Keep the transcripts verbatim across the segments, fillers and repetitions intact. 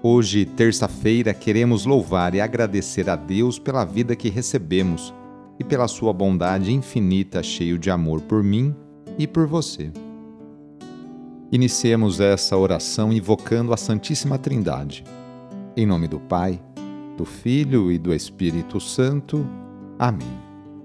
Hoje, terça-feira, queremos louvar e agradecer a Deus pela vida que recebemos e pela sua bondade infinita, cheio de amor por mim e por você. Iniciemos essa oração invocando a Santíssima Trindade. Em nome do Pai, do Filho e do Espírito Santo. Amém.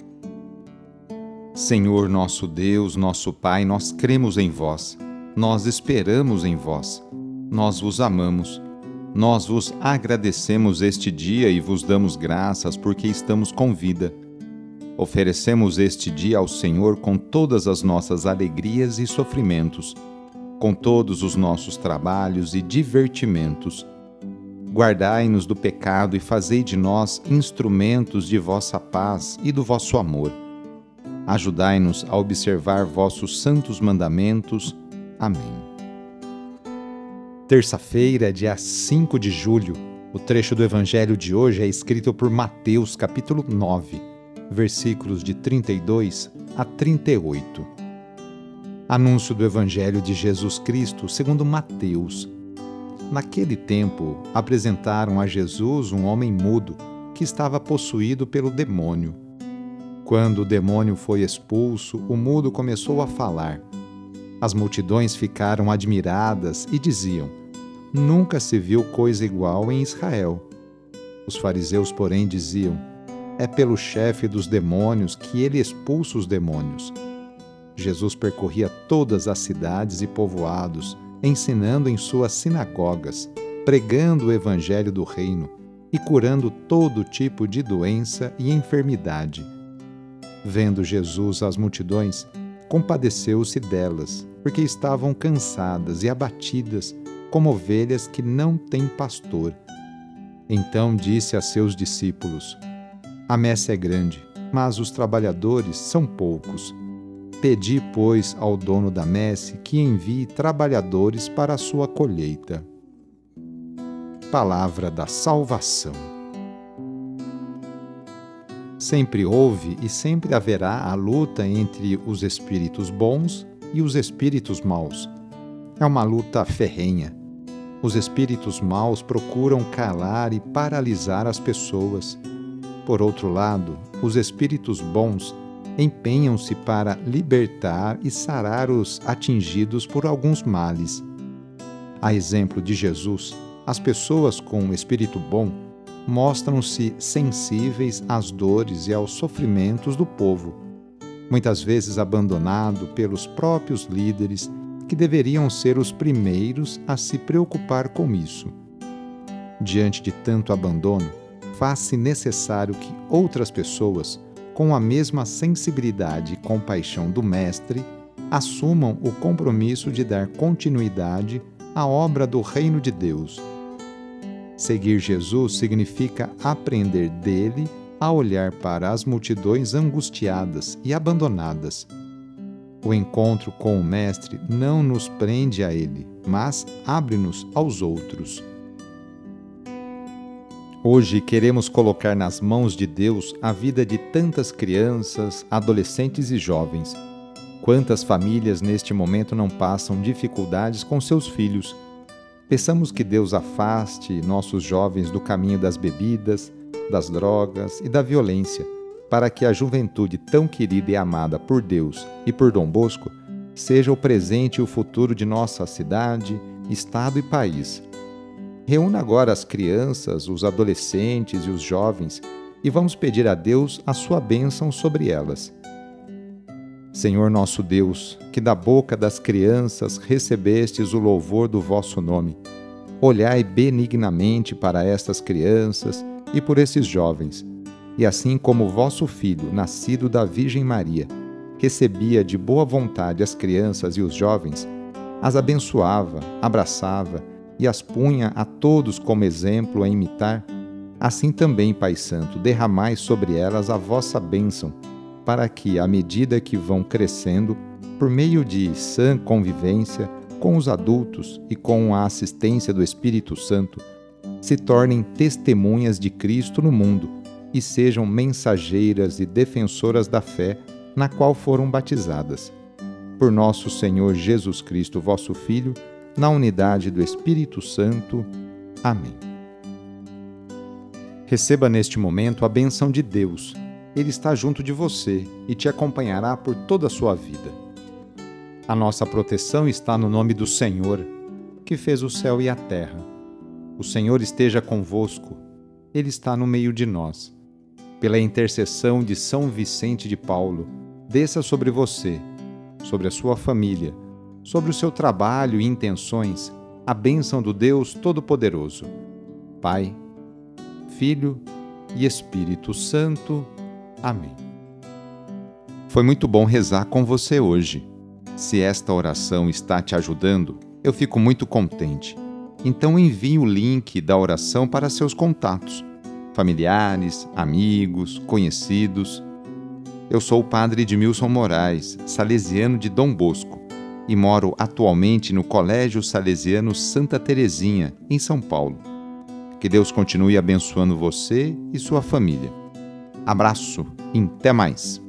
Senhor nosso Deus, nosso Pai, nós cremos em vós, nós esperamos em vós, nós vos amamos. Nós vos agradecemos este dia e vos damos graças porque estamos com vida. Oferecemos este dia ao Senhor com todas as nossas alegrias e sofrimentos, com todos os nossos trabalhos e divertimentos. Guardai-nos do pecado e fazei de nós instrumentos de vossa paz e do vosso amor. Ajudai-nos a observar vossos santos mandamentos. Amém. Terça-feira, dia cinco de julho, o trecho do Evangelho de hoje é escrito por Mateus, capítulo nove, versículos de trinta e dois a trinta e oito. Anúncio do Evangelho de Jesus Cristo segundo Mateus. Naquele tempo, apresentaram a Jesus um homem mudo que estava possuído pelo demônio. Quando o demônio foi expulso, o mudo começou a falar. As multidões ficaram admiradas e diziam: nunca se viu coisa igual em Israel. Os fariseus, porém, diziam: é pelo chefe dos demônios que ele expulsa os demônios. Jesus percorria todas as cidades e povoados, ensinando em suas sinagogas, pregando o evangelho do reino e curando todo tipo de doença e enfermidade. Vendo Jesus as multidões, compadeceu-se delas, porque estavam cansadas e abatidas, como ovelhas que não têm pastor. Então disse a seus discípulos: a messe é grande, mas os trabalhadores são poucos. Pedi, pois, ao dono da messe que envie trabalhadores para a sua colheita. Palavra da salvação. Sempre houve e sempre haverá a luta entre os espíritos bons e os espíritos maus. É uma luta ferrenha. Os espíritos maus procuram calar e paralisar as pessoas. Por outro lado, os espíritos bons empenham-se para libertar e sarar os atingidos por alguns males. A exemplo de Jesus, as pessoas com o espírito bom mostram-se sensíveis às dores e aos sofrimentos do povo, muitas vezes abandonado pelos próprios líderes que deveriam ser os primeiros a se preocupar com isso. Diante de tanto abandono, faz-se necessário que outras pessoas, com a mesma sensibilidade e compaixão do Mestre, assumam o compromisso de dar continuidade à obra do Reino de Deus. Seguir Jesus significa aprender dele a olhar para as multidões angustiadas e abandonadas. O encontro com o Mestre não nos prende a ele, mas abre-nos aos outros. Hoje queremos colocar nas mãos de Deus a vida de tantas crianças, adolescentes e jovens. Quantas famílias neste momento não passam dificuldades com seus filhos? Peçamos que Deus afaste nossos jovens do caminho das bebidas, das drogas e da violência, para que a juventude tão querida e amada por Deus e por Dom Bosco seja o presente e o futuro de nossa cidade, estado e país. Reúna agora as crianças, os adolescentes e os jovens e vamos pedir a Deus a sua bênção sobre elas. Senhor nosso Deus, que da boca das crianças recebestes o louvor do vosso nome, olhai benignamente para estas crianças e por esses jovens, e assim como o vosso Filho, nascido da Virgem Maria, recebia de boa vontade as crianças e os jovens, as abençoava, abraçava e as punha a todos como exemplo a imitar, assim também, Pai Santo, derramai sobre elas a vossa bênção, para que, à medida que vão crescendo, por meio de sã convivência com os adultos e com a assistência do Espírito Santo, se tornem testemunhas de Cristo no mundo e sejam mensageiras e defensoras da fé na qual foram batizadas. Por nosso Senhor Jesus Cristo, vosso Filho, na unidade do Espírito Santo. Amém. Receba neste momento a bênção de Deus. Ele está junto de você e te acompanhará por toda a sua vida. A nossa proteção está no nome do Senhor, que fez o céu e a terra. O Senhor esteja convosco. Ele está no meio de nós. Pela intercessão de São Vicente de Paulo, desça sobre você, sobre a sua família, sobre o seu trabalho e intenções, a bênção do Deus Todo-Poderoso, Pai, Filho e Espírito Santo. Amém. Foi muito bom rezar com você hoje. Se esta oração está te ajudando, eu fico muito contente. Então envie o link da oração para seus contatos, familiares, amigos, conhecidos. Eu sou o padre Edmilson Moraes, salesiano de Dom Bosco, e moro atualmente no Colégio Salesiano Santa Terezinha, em São Paulo. Que Deus continue abençoando você e sua família. Abraço e até mais!